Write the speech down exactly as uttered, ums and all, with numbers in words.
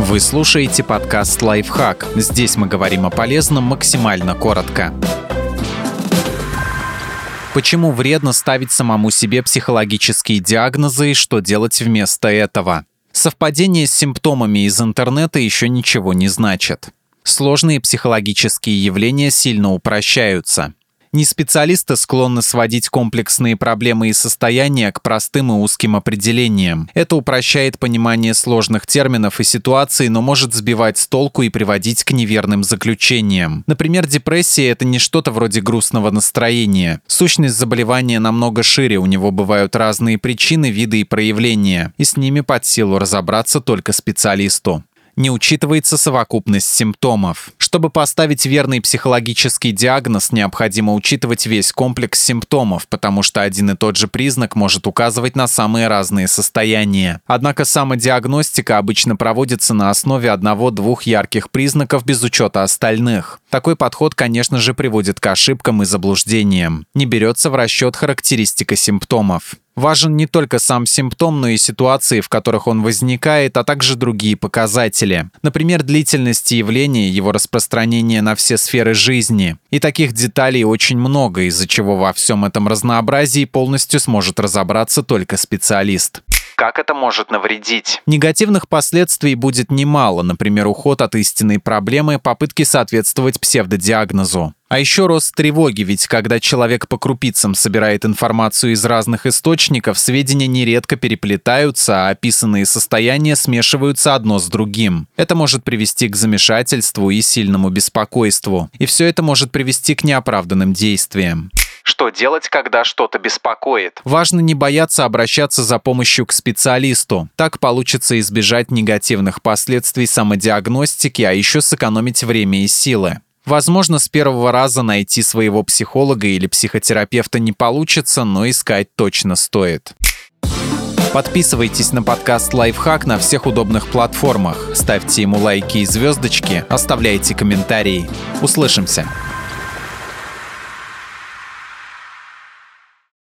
Вы слушаете подкаст «Лайфхак». Здесь мы говорим о полезном максимально коротко. Почему вредно ставить самому себе психологические диагнозы и что делать вместо этого? Совпадение с симптомами из интернета еще ничего не значит. Сложные психологические явления сильно упрощаются. Неспециалисты склонны сводить комплексные проблемы и состояния к простым и узким определениям. Это упрощает понимание сложных терминов и ситуаций, но может сбивать с толку и приводить к неверным заключениям. Например, депрессия – это не что-то вроде грустного настроения. Сущность заболевания намного шире, у него бывают разные причины, виды и проявления, и с ними под силу разобраться только специалисту. Не учитывается совокупность симптомов. Чтобы поставить верный психологический диагноз, необходимо учитывать весь комплекс симптомов, потому что один и тот же признак может указывать на самые разные состояния. Однако самодиагностика обычно проводится на основе одного-двух ярких признаков без учета остальных. Такой подход, конечно же, приводит к ошибкам и заблуждениям. Не берется в расчет характеристика симптомов. Важен не только сам симптом, но и ситуации, в которых он возникает, а также другие показатели. Например, длительность явления, его распространение на все сферы жизни. И таких деталей очень много, из-за чего во всем этом разнообразии полностью сможет разобраться только специалист. Как это может навредить? Негативных последствий будет немало, например, уход от истинной проблемы, попытки соответствовать псевдодиагнозу. А еще рост тревоги, ведь когда человек по крупицам собирает информацию из разных источников, сведения нередко переплетаются, а описанные состояния смешиваются одно с другим. Это может привести к замешательству и сильному беспокойству. И все это может привести к неоправданным действиям. Что делать, когда что-то беспокоит? Важно не бояться обращаться за помощью к специалисту. Так получится избежать негативных последствий самодиагностики, а еще сэкономить время и силы. Возможно, с первого раза найти своего психолога или психотерапевта не получится, но искать точно стоит. Подписывайтесь на подкаст «Лайфхак» на всех удобных платформах. Ставьте ему лайки и звездочки, оставляйте комментарии. Услышимся!